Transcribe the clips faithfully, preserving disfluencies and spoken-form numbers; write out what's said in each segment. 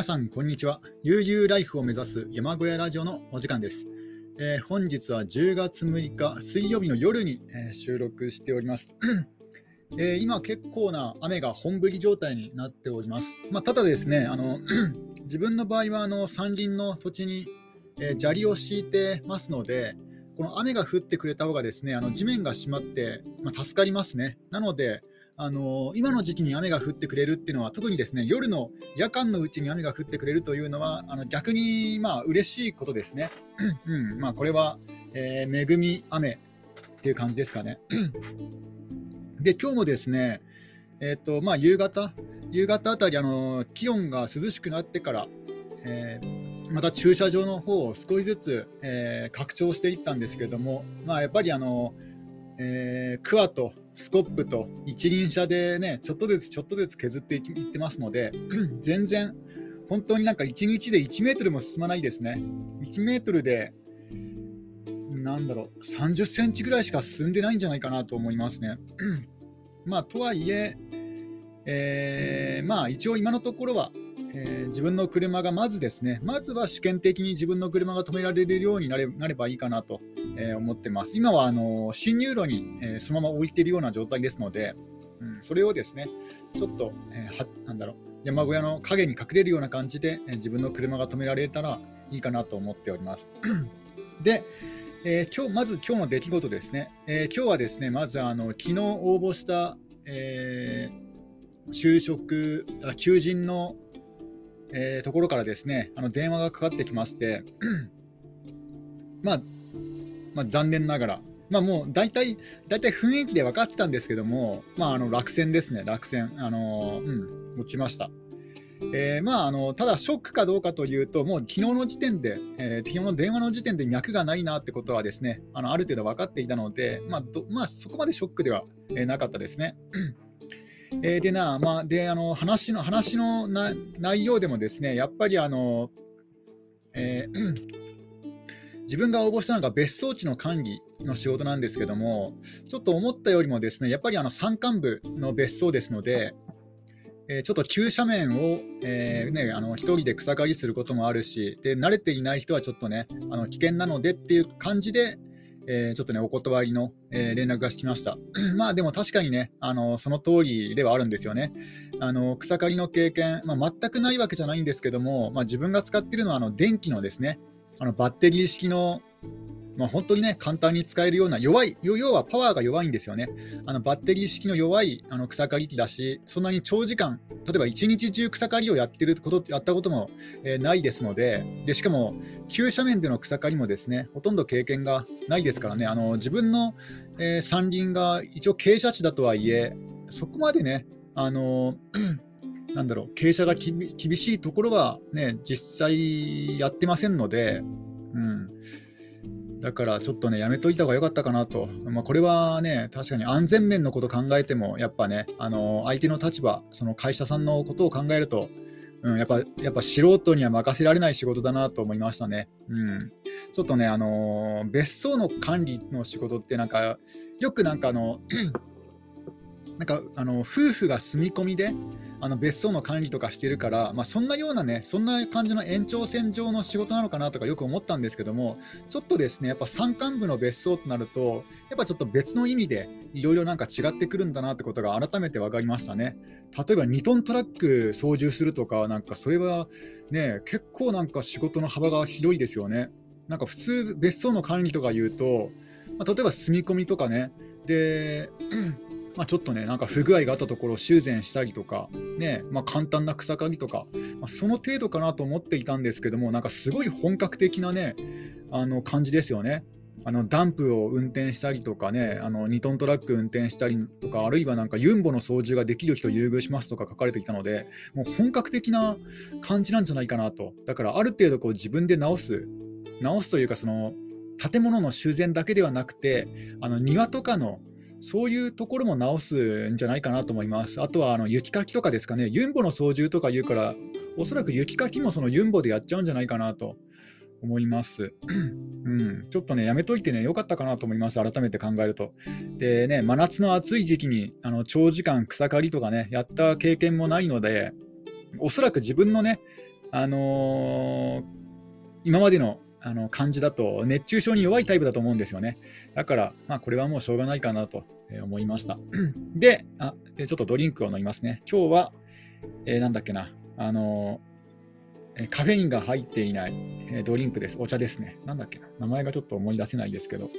皆さんこんにちは。悠々ライフを目指す山小屋ラジオのお時間です。えー本日はじゅうがつむいか水曜日の夜に、えー収録しております。えー今結構な雨が本降り状態になっております。まあ、ただですね、あの自分の場合はあの山林の土地に、えー砂利を敷いてますので、この雨が降ってくれた方がですね、あの地面が締まって、まあ、助かりますね。なので、あの今の時期に雨が降ってくれるっていうのは、特にですね、夜の夜間のうちに雨が降ってくれるというのは、あの逆にまあ嬉しいことですね。うんまあ、これは、えー恵み雨っていう感じですかね。で、今日もですね、えーとまあ、夕方、夕方あたり、あの気温が涼しくなってから、えーまた駐車場の方を少しずつ、えー拡張していったんですけども、まあ、やっぱりあの、えークワとスコップと一輪車でね、ちょっとずつちょっとずつ削っていきいってますので、全然、本当になんかいちにちでいちメートルも進まないですね。いちメートルで、なんだろう、さんじゅっセンチぐらいしか進んでないんじゃないかなと思いますね。まあ、とはいえ、えーまあ、一応今のところは、えー自分の車がまずですね、まずは試験的に自分の車が止められるようになれ、なればいいかなと、えー思ってます。今はあの進入路に、えーそのまま置いているような状態ですので、うん、それをですね、ちょっと、えーはなんだろう、山小屋の影に隠れるような感じで、えー自分の車が止められたらいいかなと思っております。で、えー今日まず今日の出来事ですね。えー今日はですね、まずあの昨日応募した、えー就職あ求人の、えーところからですね、あの電話がかかってきまして、まあ、まあ、残念ながら、まあ、もう大体、大体雰囲気で分かってたんですけども、まあ、あの落選ですね、落選、あのーうん、落ちました。えーまあ、あのただ、ショックかどうかというと、もう昨日の時点で、えー昨日の電話の時点で脈がないなってことはですね、あのある程度分かっていたので、まあどまあ、そこまでショックでは、えーなかったですね。えーでな、まあ、であの話の話のな内容でもですね、やっぱりあの、えー自分が応募したのが別荘地の管理の仕事なんですけども、ちょっと思ったよりもですね、やっぱりあの山間部の別荘ですので、えーちょっと急斜面を、えーね、あの一人で草刈りすることもあるし、で慣れていない人はちょっとね、あの危険なのでっていう感じで、えーちょっとね、お断りの、えー連絡が来ました。まあでも確かにね、あのその通りではあるんですよね。あの草刈りの経験、まあ、全くないわけじゃないんですけども、まあ、自分が使っているのはあの電気のですね、あのバッテリー式の、まあ、本当にね、簡単に使えるような弱い、要要はパワーが弱いんですよね。あのバッテリー式の弱いあの草刈り機だし、そんなに長時間、例えば一日中草刈りをやってること、やったことも、えーないですので、でしかも急斜面での草刈りもですね、ほとんど経験がないですからね、あの自分の、えー山林が一応傾斜地だとはいえ、そこまでね、あのなんだろう、傾斜がきび厳しいところはね、実際やってませんので、うん、だからちょっとね、やめといた方が良かったかなと。まあ、これはね、確かに安全面のこと考えても、やっぱね、あの相手の立場、その会社さんのことを考えると、うん、やっぱやっぱ素人には任せられない仕事だなと思いましたね。うん、ちょっとね、あの別荘の管理の仕事ってなんか、よくなんかあのなんかあの夫婦が住み込みであの別荘の管理とかしてるから、まあ、そんなようなね、そんな感じの延長線上の仕事なのかなとかよく思ったんですけども、ちょっとですね、やっぱ山間部の別荘となると、やっぱちょっと別の意味でいろいろなんか違ってくるんだなってことが改めて分かりましたね。例えばにトントラック操縦するとか、なんかそれはね、結構なんか仕事の幅が広いですよね。なんか普通、別荘の管理とか言うと、まあ、例えば住み込みとかね、で、まあ、ちょっとね、なんか不具合があったところを修繕したりとか、ね、まあ、簡単な草刈りとか、まあ、その程度かなと思っていたんですけども、なんかすごい本格的なね、あの感じですよね。あのダンプを運転したりとかね、あのにトントラック運転したりとか、あるいはなんかユンボの操縦ができる人優遇しますとか書かれていたので、もう本格的な感じなんじゃないかなと。だからある程度こう自分で直す、直すというか、その建物の修繕だけではなくて、あの庭とかのそういうところも直すんじゃないかなと思います。あとはあの雪かきとかですかね、ユンボの操縦とか言うから、おそらく雪かきもそのユンボでやっちゃうんじゃないかなと思います。うん、ちょっとね、やめといてね、よかったかなと思います、改めて考えると。でね、真夏の暑い時期にあの長時間草刈りとかね、やった経験もないので、おそらく自分のね、 あのー今までのあの感じだと熱中症に弱いタイプだと思うんですよね。だから、まあ、これはもうしょうがないかなと思いました。で、あでちょっとドリンクを飲みますね。今日は、えーなんだっけな、あのーカフェインが入っていないドリンクです。お茶ですね。なんだっけな、名前がちょっと思い出せないですけど。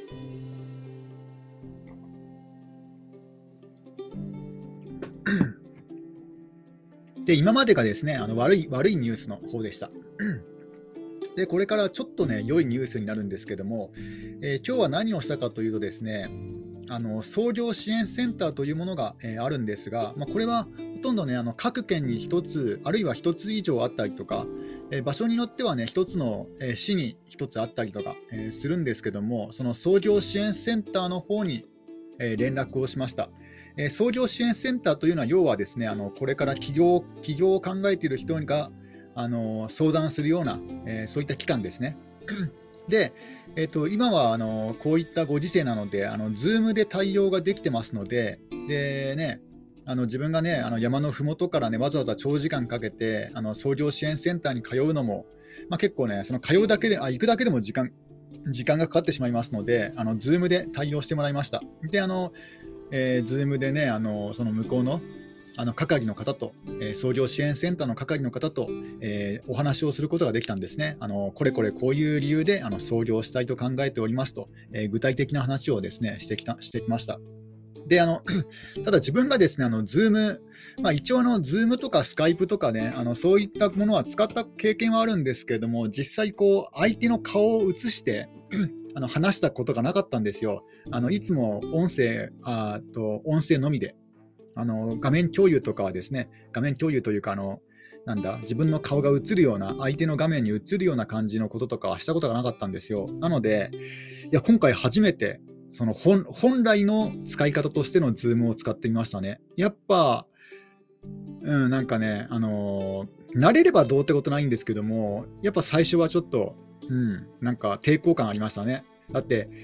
で、今までがですね、あの悪い、悪いニュースの方でした。で、これからちょっとね、良いニュースになるんですけども、えー今日は何をしたかというとですね、あの創業支援センターというものが、えーあるんですが、まあ、これはほとんどね、あの各県にひとつ、あるいはひとつ以上あったりとか、えー場所によってはね、ひとつの、えー市にひとつあったりとか、えーするんですけども、その創業支援センターの方に、えー連絡をしました。えー創業支援センターというのは、要はですね、あのこれから起業起業を考えている人があの相談するような、えーそういった機関ですね。で、えーと、今はあのこういったご時世なので、あの Zoom で対応ができてますので、でね、あの自分がね、あの山のふもとからね、わざわざ長時間かけて、あの創業支援センターに通うのも、まあ、結構ね、その通うだけで、あ、行くだけでも時間、時間がかかってしまいますので、あの Zoom で対応してもらいました。で、あの、えー、Zoom でね、あのその向こうのあの係の方と、えー創業支援センターの係の方と、えーお話をすることができたんですね。あのこれこれこういう理由であの創業したいと考えておりますと、えー具体的な話をですねしてきたしてきました。で、あのただ自分がですね、あの Zoom、まあ、一応あの Zoom とか Skype とかね、あのそういったものは使った経験はあるんですけれども、実際こう相手の顔を映してあの話したことがなかったんですよ。あのいつも音声あーと音声のみで、あの画面共有とかはですね、画面共有というか、あのなんだ、自分の顔が映るような、相手の画面に映るような感じのこととかはしたことがなかったんですよ。なので、いや今回初めて、その 本, 本来の使い方としての Zoom を使ってみましたね。やっぱ、うん、なんかね、あのー慣れればどうってことないんですけども、やっぱ最初はちょっと、うん、なんか抵抗感ありましたね。だって、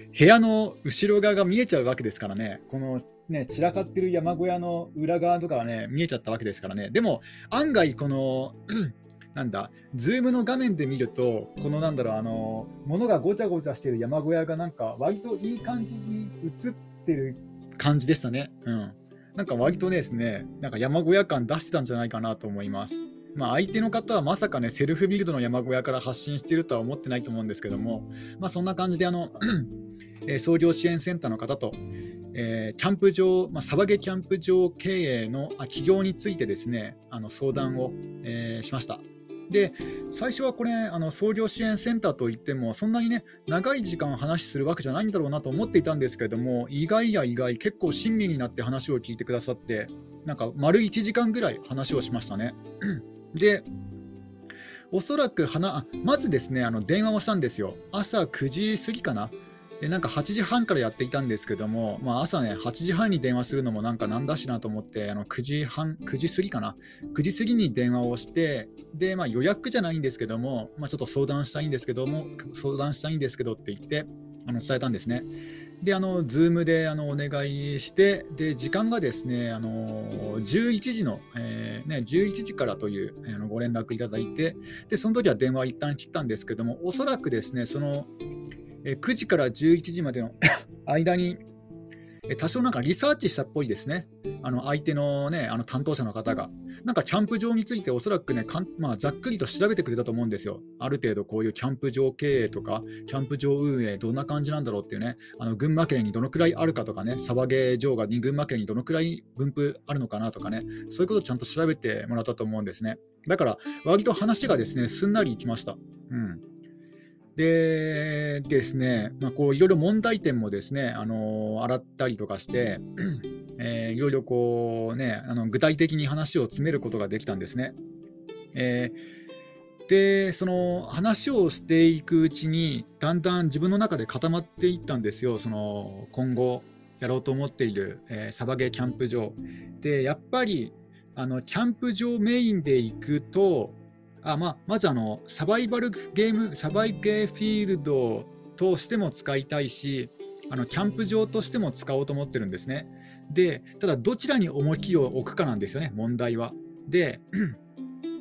部屋の後ろ側が見えちゃうわけですからね、このね、散らかってる山小屋の裏側とかはね、見えちゃったわけですからね。でも、案外、この、なんだ、ズームの画面で見ると、このなんだろう、あの、物がごちゃごちゃしてる山小屋がなんか、割といい感じに映ってる感じでしたね。うん。なんか割とですね、なんか山小屋感出してたんじゃないかなと思います。まあ、相手の方はまさかね、セルフビルドの山小屋から発信しているとは思ってないと思うんですけども、まあ、そんな感じで、あの、えー創業支援センターの方と、えーキャンプ場、まあ、サバゲキャンプ場経営のあ起業についてですね、あの相談を、えーしました。で、最初はこれ、あの創業支援センターといっても、そんなにね、長い時間話するわけじゃないんだろうなと思っていたんですけれども、意外や意外、結構親身になって話を聞いてくださって、なんか丸いちじかんぐらい話をしましたね。で、おそらく花あまずですね、あの電話をしたんですよ。朝くじ過ぎかな。で、なんかはちじはんからやっていたんですけども、まあ、朝ね、はちじはんに電話するのもなんかなんだしなと思って、あのくじはん、くじ過ぎかな。くじ過ぎに電話をして、で、まあ、予約じゃないんですけども、まあ、ちょっと相談したいんですけども、相談したいんですけどって言って、あの伝えたんですね。で、あの、ズームであのお願いして、で、時間がですね、あのじゅういちじの、えーね、じゅういちじからというあのご連絡いただいて、で、その時は電話を一旦切ったんですけども、おそらくですね、その、えーくじからじゅういちじまでの間に、えー多少なんかリサーチしたっぽいですね。あの相手のね、あの担当者の方が。なんかキャンプ場についておそらくね、かんまあ、ざっくりと調べてくれたと思うんですよ。ある程度こういうキャンプ場経営とか、キャンプ場運営、どんな感じなんだろうっていうね、あの群馬県にどのくらいあるかとかね、サバゲー場が群馬県にどのくらい分布あるのかなとかね、そういうことをちゃんと調べてもらったと思うんですね。だから、割と話がですね、すんなりいきました。うん。でですね、まあ、こういろいろ問題点もですね、あの洗ったりとかして、えーいろいろこう、ね、あの具体的に話を詰めることができたんですね。えーで、その話をしていくうちに、だんだん自分の中で固まっていったんですよ、その今後やろうと思っている、えーサバゲーキャンプ場。で、やっぱりあのキャンプ場メインで行くと、あまあ、まずあのサバイバルゲーム、サバイゲーフィールドとしても使いたいし、あのキャンプ場としても使おうと思ってるんですね。で、ただどちらに重きを置くかなんですよね、問題は。で、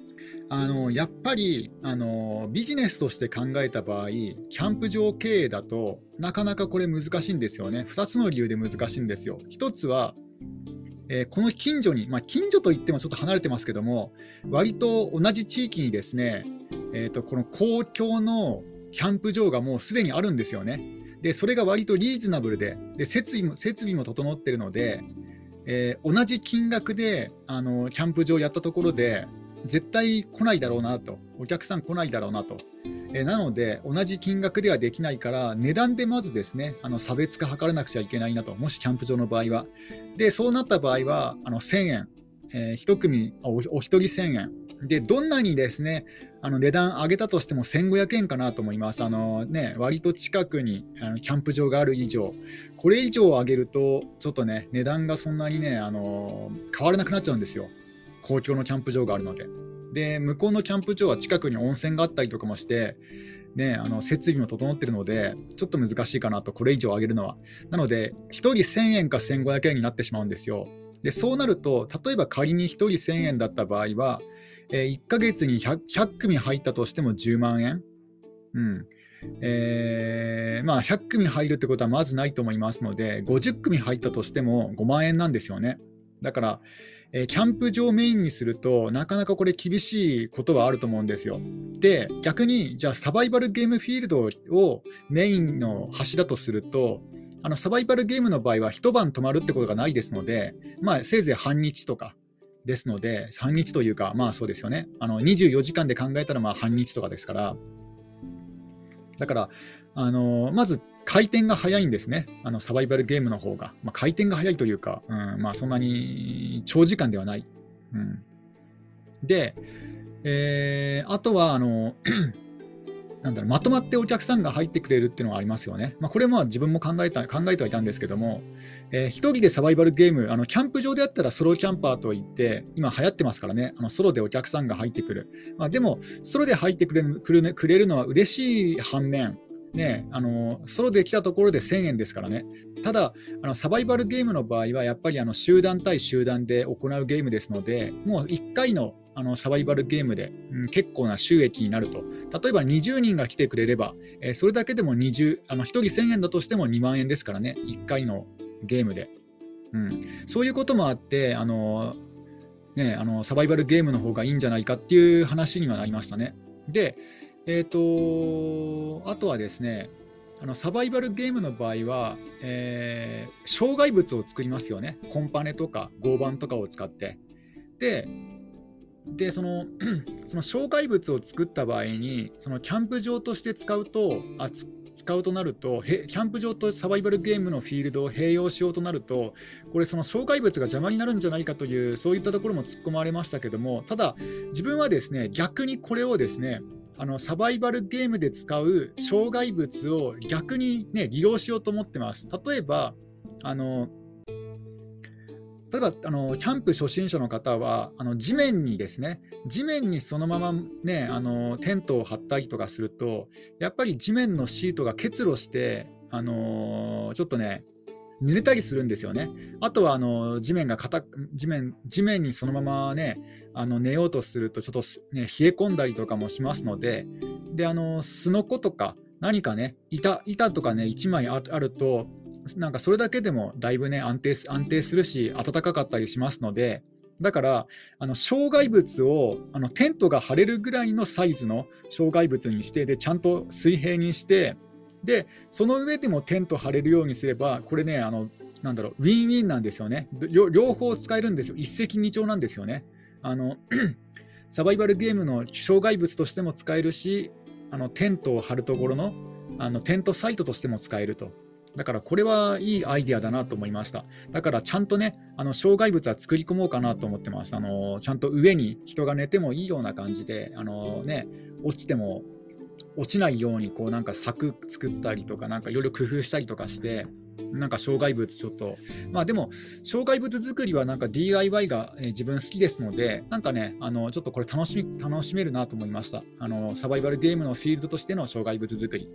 あのやっぱりあのビジネスとして考えた場合、キャンプ場経営だとなかなかこれ難しいんですよね。ふたつの理由で難しいんですよ。ひとつは、えーこの近所に、まあ、近所といってもちょっと離れてますけども、割と同じ地域にですね、えーとこの公共のキャンプ場がもうすでにあるんですよね。で、それが割とリーズナブルで、で設備も設備も整っているので、えー同じ金額であのキャンプ場をやったところで、絶対来ないだろうなと、お客さん来ないだろうなと、えーなので、同じ金額ではできないから、値段でまずですね、あの差別化図らなくちゃいけないなと、もしキャンプ場の場合は。で、そうなった場合は、あのせんえん、えー、ひと組お、お一人せんえん。で、どんなにですね、あの値段上げたとしてもせんごひゃくえんかなと思います。あのね、割と近くにあのキャンプ場がある以上、これ以上上げると、ちょっとね、値段がそんなにね、あの変わらなくなっちゃうんですよ。公共のキャンプ場があるので。で、向こうのキャンプ場は近くに温泉があったりとかもして、ね、あの設備も整っているので、ちょっと難しいかなと、これ以上上げるのは。なので、ひとりせんえんかせんごひゃくえんになってしまうんですよ。で、そうなると、例えば仮にひとりせんえんだった場合は、えーいっかげつに ひゃく, ひゃく組入ったとしてもじゅうまんえん。うんえーまあ、ひゃく組入るってことはまずないと思いますので、ごじゅっ組入ったとしてもごまんえんなんですよね。だから、えーキャンプ場メインにすると、なかなかこれ厳しいことはあると思うんですよ。で、逆に、じゃあサバイバルゲームフィールドをメインの柱とすると、あのサバイバルゲームの場合は一晩泊まるってことがないですので、まあ、せいぜい半日とかですので、半日というか、まあそうですよね。あのにじゅうよじかんで考えたらまあ半日とかですから、だから、あのまず回転が早いんですね、あのサバイバルゲームの方が。まあ、回転が早いというか、うんまあ、そんなに長時間ではない。うん、で、えーあとはあのなんだろう、まとまってお客さんが入ってくれるっていうのがありますよね。まあ、これは自分も考えた考えてはいたんですけども、えー一人でサバイバルゲーム、あのキャンプ場であったらソロキャンパーといって、今流行ってますからね、あのソロでお客さんが入ってくる。まあ、でも、ソロで入ってくれるくるくれるのは嬉しい反面、ね、あのソロで来たところでせんえんですからね。ただ、あのサバイバルゲームの場合は、やっぱりあの集団対集団で行うゲームですので、もういっかいのあのサバイバルゲームで、うん、結構な収益になると。例えばにじゅうにんが来てくれれば、えーそれだけでもにじゅうあのひとりせんえんだとしてもにまんえんですからね、いっかいのゲームで。うん、そういうこともあって、あのね、あのサバイバルゲームの方がいいんじゃないかっていう話にはなりましたね。で、えーと、あとはですね、あのサバイバルゲームの場合は、えー障害物を作りますよね。コンパネとか合板とかを使って。で、でそのその障害物を作った場合に、そのキャンプ場として使うとあつ使うとなると、へキャンプ場とサバイバルゲームのフィールドを併用しようとなると、これその障害物が邪魔になるんじゃないかという、そういったところも突っ込まれましたけども、ただ自分はですね、逆にこれをですね、あのサバイバルゲームで使う障害物を逆に、ね、利用しようと思ってます。例えばあの例えばあのキャンプ初心者の方は、あの地面にですね、地面にそのまま、ね、あのテントを張ったりとかすると、やっぱり地面のシートが結露して、あのちょっとね、濡れたりするんですよね。あとはあの地面が硬く地面地面にそのままね、あの寝ようとするとちょっと、ね、冷え込んだりとかもしますので、であのすのことか何かね、板板とかねいちまいああると、なんかそれだけでもだいぶね安定す安定するし、暖かかったりしますので、だからあの障害物をあのテントが張れるぐらいのサイズの障害物にして、でちゃんと水平にして、でその上でもテント張れるようにすれば、これね、あのなんだろう、ウィンウィンなんですよね。両両方使えるんですよ。一石二鳥なんですよね。あのサバイバルゲームの障害物としても使えるし、あのテントを張るところの、あのテントサイトとしても使えると。だからこれはいいアイデアだなと思いました。だからちゃんとね、あの障害物は作り込もうかなと思ってます。あのちゃんと上に人が寝てもいいような感じで、あの、ね、落ちても落ちないようにこうなんか柵作ったりとか、なんかいろいろ工夫したりとかして、なんか障害物ちょっと、まあでも障害物作りはなんか ディーアイワイ が、えー自分好きですので、なんかね、あのちょっとこれ楽しみ楽しめるなと思いました。あのサバイバルゲームのフィールドとしての障害物作り。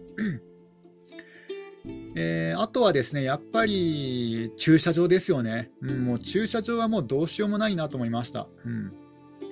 えーあとはですね、やっぱり駐車場ですよね。うん、もう駐車場はもうどうしようもないなと思いました。うん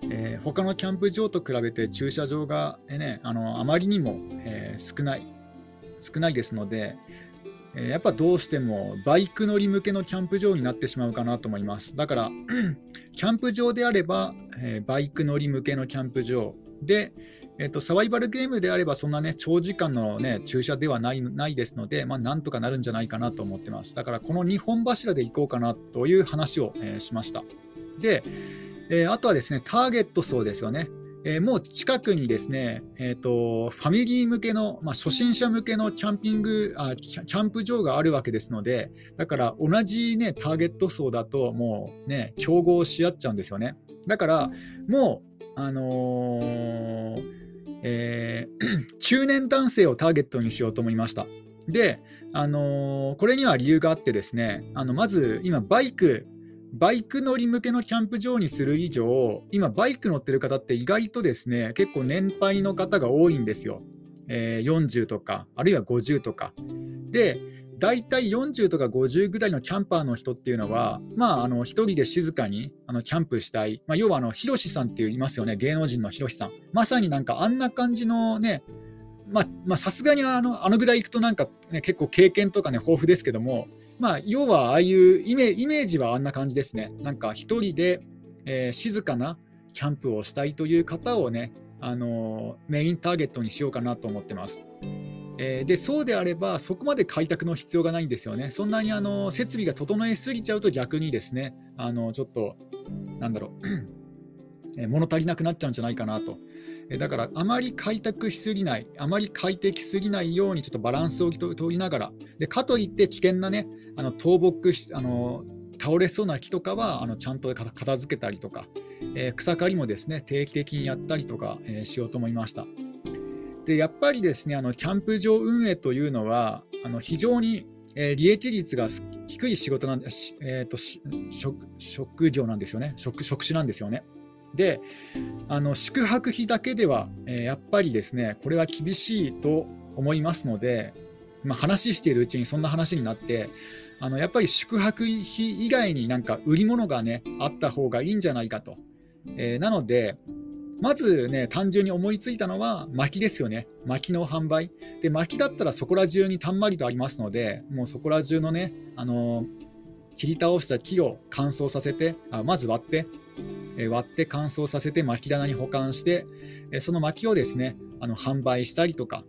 えー、他のキャンプ場と比べて駐車場が、えーね、あのあまりにも、えー、少ない少ないですので、えーやっぱどうしてもバイク乗り向けのキャンプ場になってしまうかなと思います。だからキャンプ場であれば、えーバイク乗り向けのキャンプ場で、えーと、サバイバルゲームであればそんなね長時間の、ね、駐車ではない、ないですので、まあ、なんとかなるんじゃないかなと思ってます。だからこのにほん柱で行こうかなという話を、えーしました。で、えーあとはですね、ターゲット層ですよね。えーもう近くにですね、えーと、ファミリー向けの、まあ、初心者向けのキャンピングあ、キャキャンプ場があるわけですので、だから同じ、ね、ターゲット層だと、もうね、競合し合っちゃうんですよね。だから、もう、あのーえー中年男性をターゲットにしようと思いました。で、あのーこれには理由があってですね、あのまず今バイク、バイク乗り向けのキャンプ場にする以上、今バイク乗ってる方って意外とですね、結構年配の方が多いんですよ。えーよんじゅうとか、あるいはごじゅうとか。で、だいたいよんじゅうとかごじゅうぐらいのキャンパーの人っていうのは、まあ、あの一人で静かにあのキャンプしたい、まあ、要はあのヒロシさんっていますよね、芸能人のヒロシさん。まさになんかあんな感じのね、さすがにあのあのぐらい行くとなんか、ね、結構経験とかね豊富ですけども、まあ、要はああいうイメイメージはあんな感じですね。なんか一人で、えー静かなキャンプをしたいという方をね、あのーメインターゲットにしようかなと思ってます。えーでそうであればそこまで開拓の必要がないんですよね。そんなにあの設備が整えすぎちゃうと逆にですね、あのちょっとなんだろうえー物足りなくなっちゃうんじゃないかなと。えーだからあまり開拓しすぎない、あまり快適すぎないようにちょっとバランスをと取りながら、でかといって危険なね、あの倒木しあの倒れそうな木とかはあのちゃんと片片付けたりとか、えー草刈りもですね定期的にやったりとか、えーしようと思いました。でやっぱりですね、あのキャンプ場運営というのはあの非常に、えー利益率がす低い仕事なんで、しえーとし職職業なんですよね、職職種なんですよね。で、あの宿泊費だけでは、えーやっぱりですね、これは厳しいと思いますので、まあ、話しているうちにそんな話になって、あのやっぱり宿泊費以外になんか売り物がね、あった方がいいんじゃないかと。えーなので、まずね、単純に思いついたのは薪ですよね。薪の販売。で、薪だったらそこら中にたんまりとありますので、もうそこら中のね、あのー切り倒した木を乾燥させて、あまず割って、えー割って乾燥させて薪棚に保管して、えーその薪をですね、あの販売したりとか、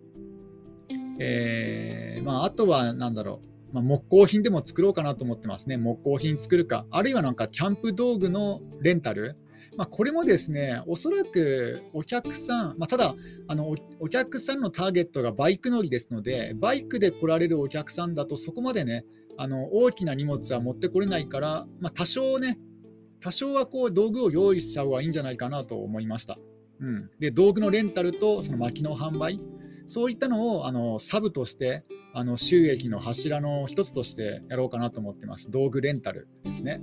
えーまあ、あとはなんだろう、まあ、木工品でも作ろうかなと思ってますね。木工品作るか、あるいはなんかキャンプ道具のレンタル。まあ、これもですね、おそらくお客さん、まあ、ただあのお、お客さんのターゲットがバイク乗りですので、バイクで来られるお客さんだと、そこまでね、あの大きな荷物は持ってこれないから、まあ、多少ね、多少はこう道具を用意した方がいいんじゃないかなと思いました。うん、で道具のレンタルとその薪の販売、そういったのをあのサブとしてあの収益の柱の一つとしてやろうかなと思ってます。道具レンタルですね。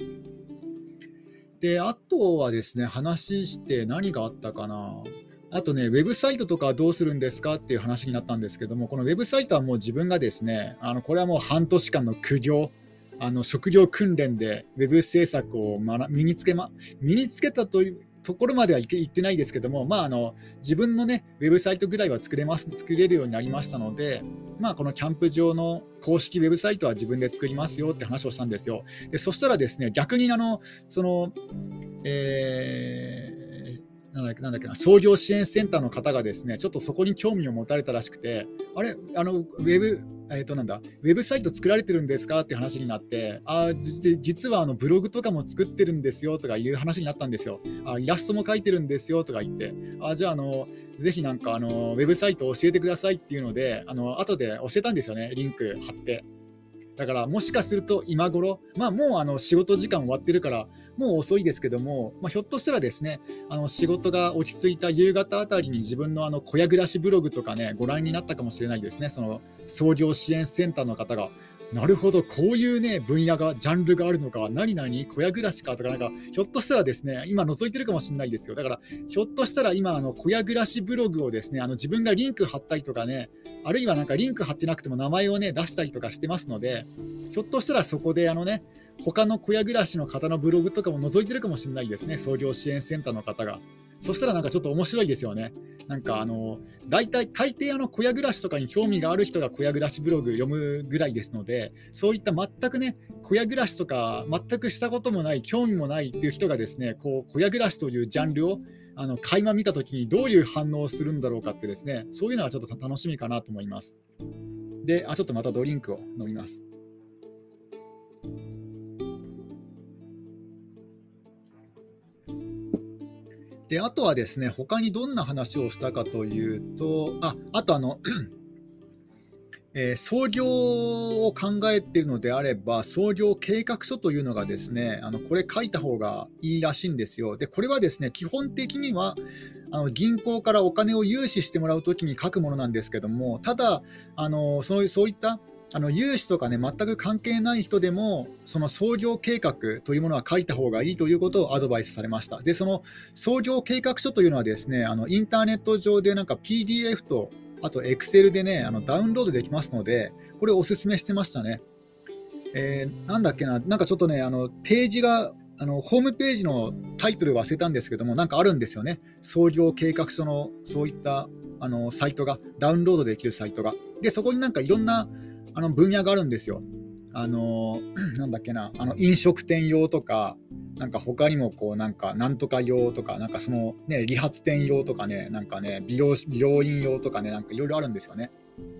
であとはですね、話して何があったかな。あとね、ウェブサイトとかどうするんですかっていう話になったんですけども、このウェブサイトはもう自分がですね、あのこれはもう半年間の苦行、あの職業訓練でウェブ制作を学身につけ、ま、身につけたというところまではいけ言ってないですけども、まあ、あの自分のね、ウェブサイトぐらいは作れます作れるようになりましたので、まあ、このキャンプ場の公式ウェブサイトは自分で作りますよって話をしたんですよ。でそしたらですね、逆にあのその、えーなんだっけなんだっけな、創業支援センターの方がですね、ちょっとそこに興味を持たれたらしくて、あれ、あのウェブ、えーとなんだ、ウェブサイト作られてるんですかって話になって、あじ実はあのブログとかも作ってるんですよとかいう話になったんですよ。あイラストも描いてるんですよとか言って、あじゃあ、あのぜひなんかあのウェブサイト教えてくださいっていうので、あの後で教えたんですよね、リンク貼って。だからもしかすると今頃、まあ、もうあの仕事時間終わってるからもう遅いですけども、まあ、ひょっとしたらですね、あの仕事が落ち着いた夕方あたりに自分のあの小屋暮らしブログとかね、ご覧になったかもしれないですね。その創業支援センターの方が、なるほど、こういうね分野がジャンルがあるのか、何々小屋暮らしかとか、なんかひょっとしたらですね、今覗いてるかもしれないですよ。だからひょっとしたら今あの小屋暮らしブログをですね、あの自分がリンク貼ったりとかね、あるいはなんかリンク貼ってなくても名前をね出したりとかしてますので、ひょっとしたらそこであのね、 他の小屋暮らしの方のブログとかも覗いてるかもしれないですね、創業支援センターの方が。そしたらなんかちょっと面白いですよね。なんかあの大体大抵あの小屋暮らしとかに興味がある人が小屋暮らしブログ読むぐらいですので、そういった全くね小屋暮らしとか全くしたこともない興味もないっていう人がですね、こう小屋暮らしというジャンルをあの垣間見たときにどういう反応をするんだろうかってですね、そういうのはちょっと楽しみかなと思います。で、あちょっとまたドリンクを飲みます。で、あとはですね、他にどんな話をしたかというと、ああとあの、えー創業を考えているのであれば、創業計画書というのがですね、あのこれ書いた方がいいらしいんですよ。で、これはですね、基本的にはあの銀行からお金を融資してもらうときに書くものなんですけども、ただ、あのそういうそういったあの融資とかね、全く関係ない人でも、その創業計画というものは書いた方がいいということをアドバイスされました。で、その創業計画書というのはですね、あのインターネット上でなんか ピーディーエフ と、あと Excel でね、あのダウンロードできますので、これをお勧めしてましたね。えーなんだっけな、なんかちょっとね、あのページが、あのホームページのタイトル忘れたんですけども、なんかあるんですよね、創業計画書のそういったあのサイトが、ダウンロードできるサイトが。で、そこになんかいろんなあの分野があるんですよ。あのなんだっけな、あの飲食店用とか、なんか他にもこうなんかなんとか用とか、なんかそのね理髪店用とかね、なんかね美容美容院用とかね、なんかいろいろあるんですよね。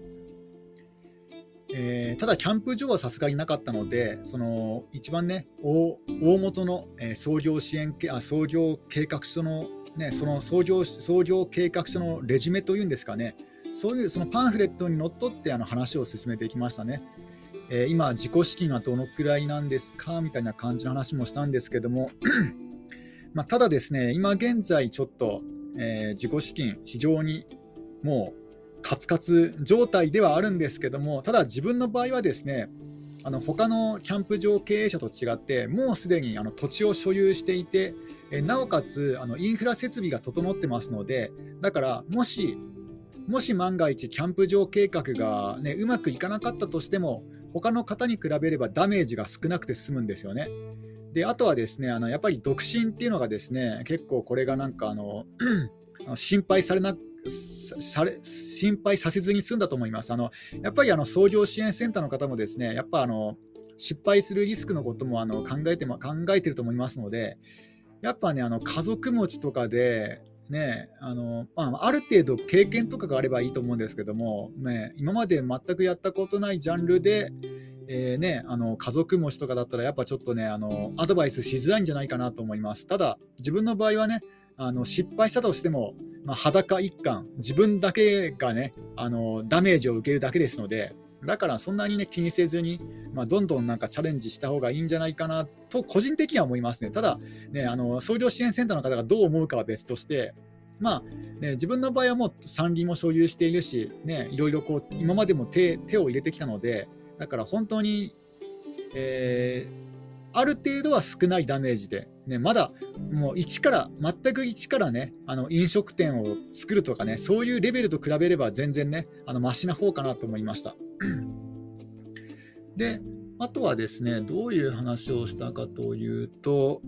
えーただキャンプ場はさすがになかったので、その一番ね大大元の、えー創業支援けあ創業計画書のね、その創業創業計画書のレジュメというんですかね、そういうそのパンフレットにのっとってあの話を進めていきましたね。えー今、自己資金はどのくらいなんですかみたいな感じの話もしたんですけども、まあ、ただですね、今現在ちょっと、えー自己資金非常にもうカツカツ状態ではあるんですけども、ただ自分の場合はですね、あの他のキャンプ場経営者と違って、もうすでにあの土地を所有していて、えーなおかつあのインフラ設備が整ってますので、だからもしもし万が一キャンプ場計画が、ね、うまくいかなかったとしても、他の方に比べればダメージが少なくて済むんですよね。で、あとはですね、あのやっぱり独身っていうのがですね、結構これがなんかあのあの心配されなされ心配させずに済んだと思います。あのやっぱりあの創業支援センターの方もですね、やっぱあの失敗するリスクのこともあの考えても考えてると思いますので、やっぱね、あの家族持ちとかで、ね、あのまあ、ある程度経験とかがあればいいと思うんですけども、ね、今まで全くやったことないジャンルで、えーね、あの家族持ちとかだったら、やっぱちょっとね、あのアドバイスしづらいんじゃないかなと思います。ただ、自分の場合はね、あの失敗したとしても、まあ、裸一貫、自分だけがね、あのダメージを受けるだけですので、だからそんなにね、気にせずに、まあ、どんどんなんかチャレンジした方がいいんじゃないかなと、個人的には思いますね。ただ、ね、あの創業支援センターの方がどう思うかは別として、まあね、自分の場合はもう山林も所有しているし、ね、いろいろこう今までも 手, 手を入れてきたので、だから本当に、えーある程度は少ないダメージで、ね、まだもう一から、全く一からね、あの飲食店を作るとかね、そういうレベルと比べれば全然ね、あのマシな方かなと思いました。で、あとはですね、どういう話をしたかというと、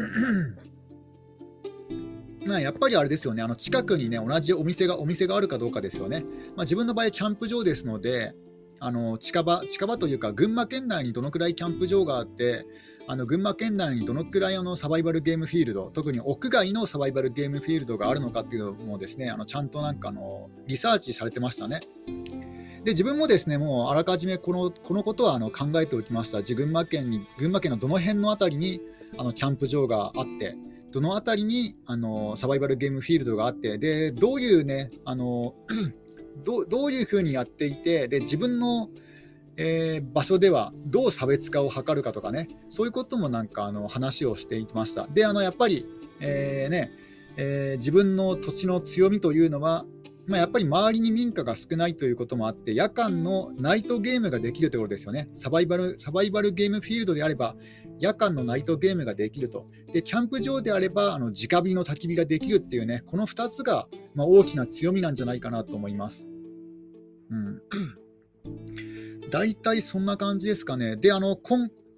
まあやっぱりあれですよね、あの近くにね、同じお店がお店があるかどうかですよね。まあ、自分の場合、キャンプ場ですので、あの近場、近場というか、群馬県内にどのくらいキャンプ場があって、あの群馬県内にどのくらいあのサバイバルゲームフィールド、特に屋外のサバイバルゲームフィールドがあるのかっていうのもですね、あのちゃんとなんかあのリサーチされてましたね。で、自分もですね、もうあらかじめこのこのことはあの考えておきました。群馬県に群馬県のどの辺のあたりにあのキャンプ場があって、どのあたりにあのサバイバルゲームフィールドがあって、でどういうね、あのどうどういうふうにやっていて、で自分の、えー場所ではどう差別化を図るかとかね、そういうこともなんかあの話をしていました。で、あのやっぱり、えーねえー自分の土地の強みというのは、まあ、やっぱり周りに民家が少ないということもあって、夜間のナイトゲームができるところですよね。サバイバル、サバイバルゲームフィールドであれば、夜間のナイトゲームができると。で、キャンプ場であれば、あの直火の焚き火ができるっていうね、このふたつが、まあ、大きな強みなんじゃないかなと思います。うん、大体そんな感じですかね。で、あの今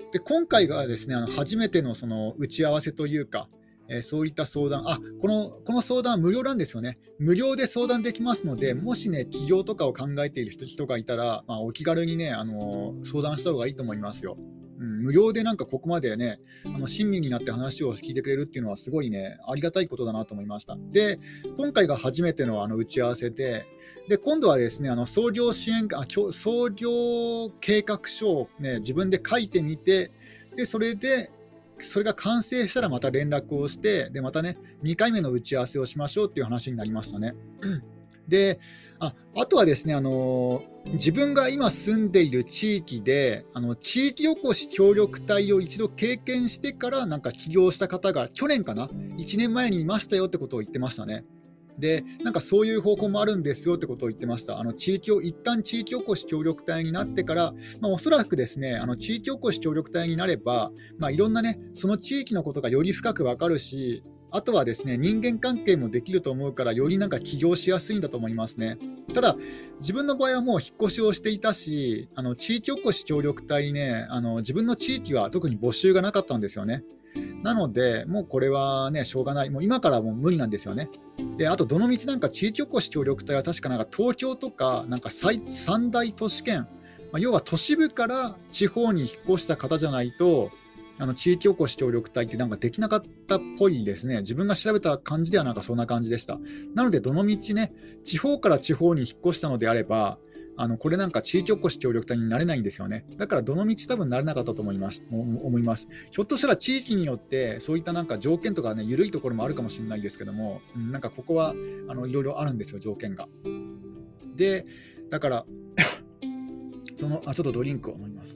で今回がですね、あの初めてのその打ち合わせというか、えーそういった相談、あこの、この相談は無料なんですよね。無料で相談できますので、もしね、起業とかを考えている人人がいたら、まあ、お気軽にね、あのー相談した方がいいと思いますよ。うん、無料でなんかここまでね、あの親身になって話を聞いてくれるっていうのは、すごいね、ありがたいことだなと思いました。で、今回が初めてのあの打ち合わせで、で今度はですね、あの創業支援あきょ創業計画書を、ね、自分で書いてみて、でそれでそれが完成したらまた連絡をして、でまたね、にかいめの打ち合わせをしましょうっていう話になりましたね。で、ああとはですね、あの自分が今住んでいる地域で、あの地域おこし協力隊を一度経験してから、なんか起業した方が去年かな、いちねんまえにいましたよってことを言ってましたね。で、なんかそういう方法もあるんですよってことを言ってました。あの地域を一旦地域おこし協力隊になってから、まあ、おそらくですね、あの地域おこし協力隊になれば、まあ、いろんなね、その地域のことがより深くわかるし、あとはですね、人間関係もできると思うから、よりなんか起業しやすいんだと思いますね。ただ、自分の場合はもう引っ越しをしていたし、あの地域おこし協力隊ね、あの自分の地域は特に募集がなかったんですよね。なので、もうこれはね、しょうがない、もう今からもう無理なんですよね。で、あと、どのみちなんか地域おこし協力隊は確かなんか東京とか、なんか最三大都市圏、まあ、要は都市部から地方に引っ越した方じゃないと、あの地域おこし協力隊ってなんかできなかったっぽいですね。自分が調べた感じではなんかそんな感じでした。なので、どのみちね、地方から地方に引っ越したのであれば、あのこれなんか地域おこし協力隊になれないんですよね。だからどのみち多分なれなかったと思います。思います。ひょっとしたら地域によってそういったなんか条件とかね、緩いところもあるかもしれないですけども、うん、なんかここはあのいろいろあるんですよ、条件が。で、だからそのあちょっとドリンクを飲みます。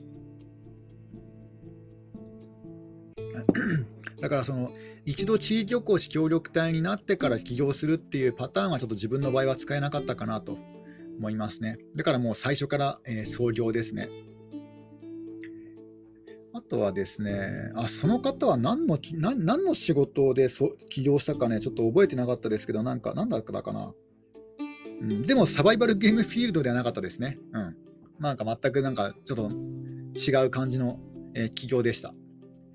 だからその一度地域おこし協力隊になってから起業するっていうパターンはちょっと自分の場合は使えなかったかなと思いますね。だからもう最初から、えー創業ですね。あとはですね、あその方は何のき何何の仕事でそ起業したかね、ちょっと覚えてなかったですけど、なんか、なんだったかな、うん、でもサバイバルゲームフィールドではなかったですね。うん、なんか全くなんかちょっと違う感じの、えー起業でした。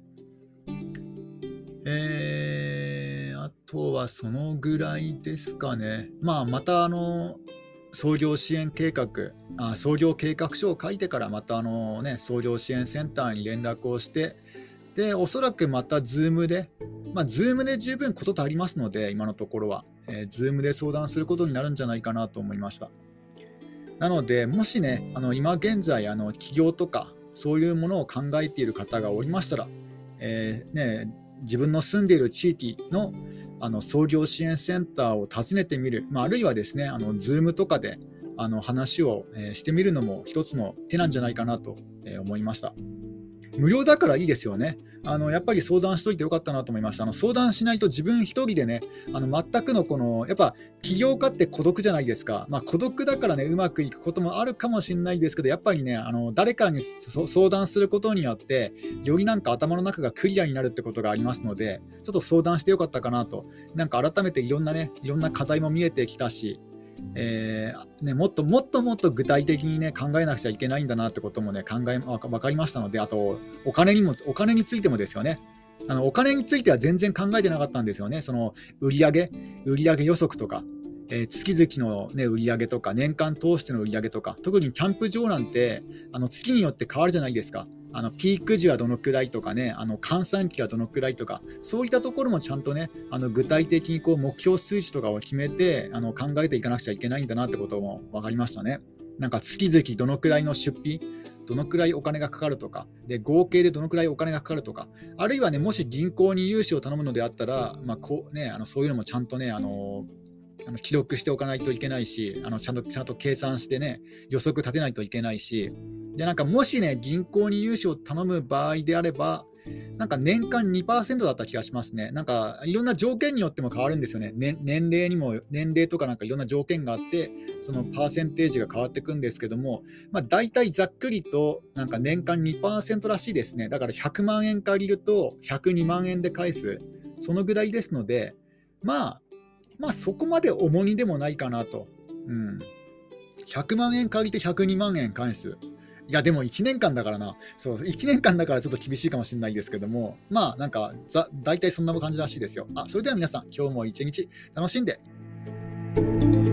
えー、あとはそのぐらいですかね。まあ、またあの創業支援計画、あ創業計画書を書いてから、またあの、ね、創業支援センターに連絡をして、でおそらくまた Zoom で、まあ、Zoom で十分こと足りますので、今のところは、えー、Zoom で相談することになるんじゃないかなと思いました。なので、もしね、あの今現在、あの起業とか、そういうものを考えている方がおりましたら、えーね、自分の住んでいる地域のあの創業支援センターを訪ねてみる、まあ、あるいはですね、あの Zoom とかであの話を、えーしてみるのも一つの手なんじゃないかなと、えー思いました。無料だからいいですよね。あのやっぱり相談しといてよかったなと思いました。あの相談しないと自分一人でね、あの全くのこの、やっぱ起業家って孤独じゃないですか。まあ、孤独だからね、うまくいくこともあるかもしれないですけど、やっぱりね、あの誰かにそ相談することによって、よりなんか頭の中がクリアになるってことがありますので、ちょっと相談してよかったかなと。なんか改めていろんなね、いろんな課題も見えてきたし、えーね、もっともっともっと具体的に、ね、考えなくちゃいけないんだなってことも、ね、考えわか分かりましたので、あとお金にもお金についてもですよね。あのお金については全然考えてなかったんですよね。その売上売上予測とか、えー月々の、ね、売上とか、年間通しての売上とか、特にキャンプ場なんてあの月によって変わるじゃないですか。あのピーク時はどのくらいとかね、あの閑散期はどのくらいとか、そういったところもちゃんとね、あの具体的にこう目標数値とかを決めてあの考えていかなくちゃいけないんだなってことも分かりましたね。なんか月々どのくらいの出費、どのくらいお金がかかるとか、で合計でどのくらいお金がかかるとか、あるいはね、もし銀行に融資を頼むのであったら、まあこうね、あのそういうのもちゃんとね、あのあの記録しておかないといけないし、あのちゃんとちゃんと計算してね、予測立てないといけないし、でなんかもしね、銀行に融資を頼む場合であれば、なんか年間にパーセントだった気がしますね。なんかいろんな条件によっても変わるんですよね。ね年齢にも、年齢とかなんかいろんな条件があって、そのパーセンテージが変わっていくんですけども、まあ、大体ざっくりとなんか年間にパーセントらしいですね。だからひゃくまんえん借りるとひゃくにまんえんで返す、そのぐらいですので、まあ、まあそこまで重荷でもないかなと。うん、ひゃくまんえん借りてひゃくにまんえん返す。 いや、でもいちねんかんだからな。そう、いちねんかんだからちょっと厳しいかもしれないですけども、まあ、なんか、ざ大体そんな感じらしいですよ。あ、それでは皆さん、今日も一日楽しんで。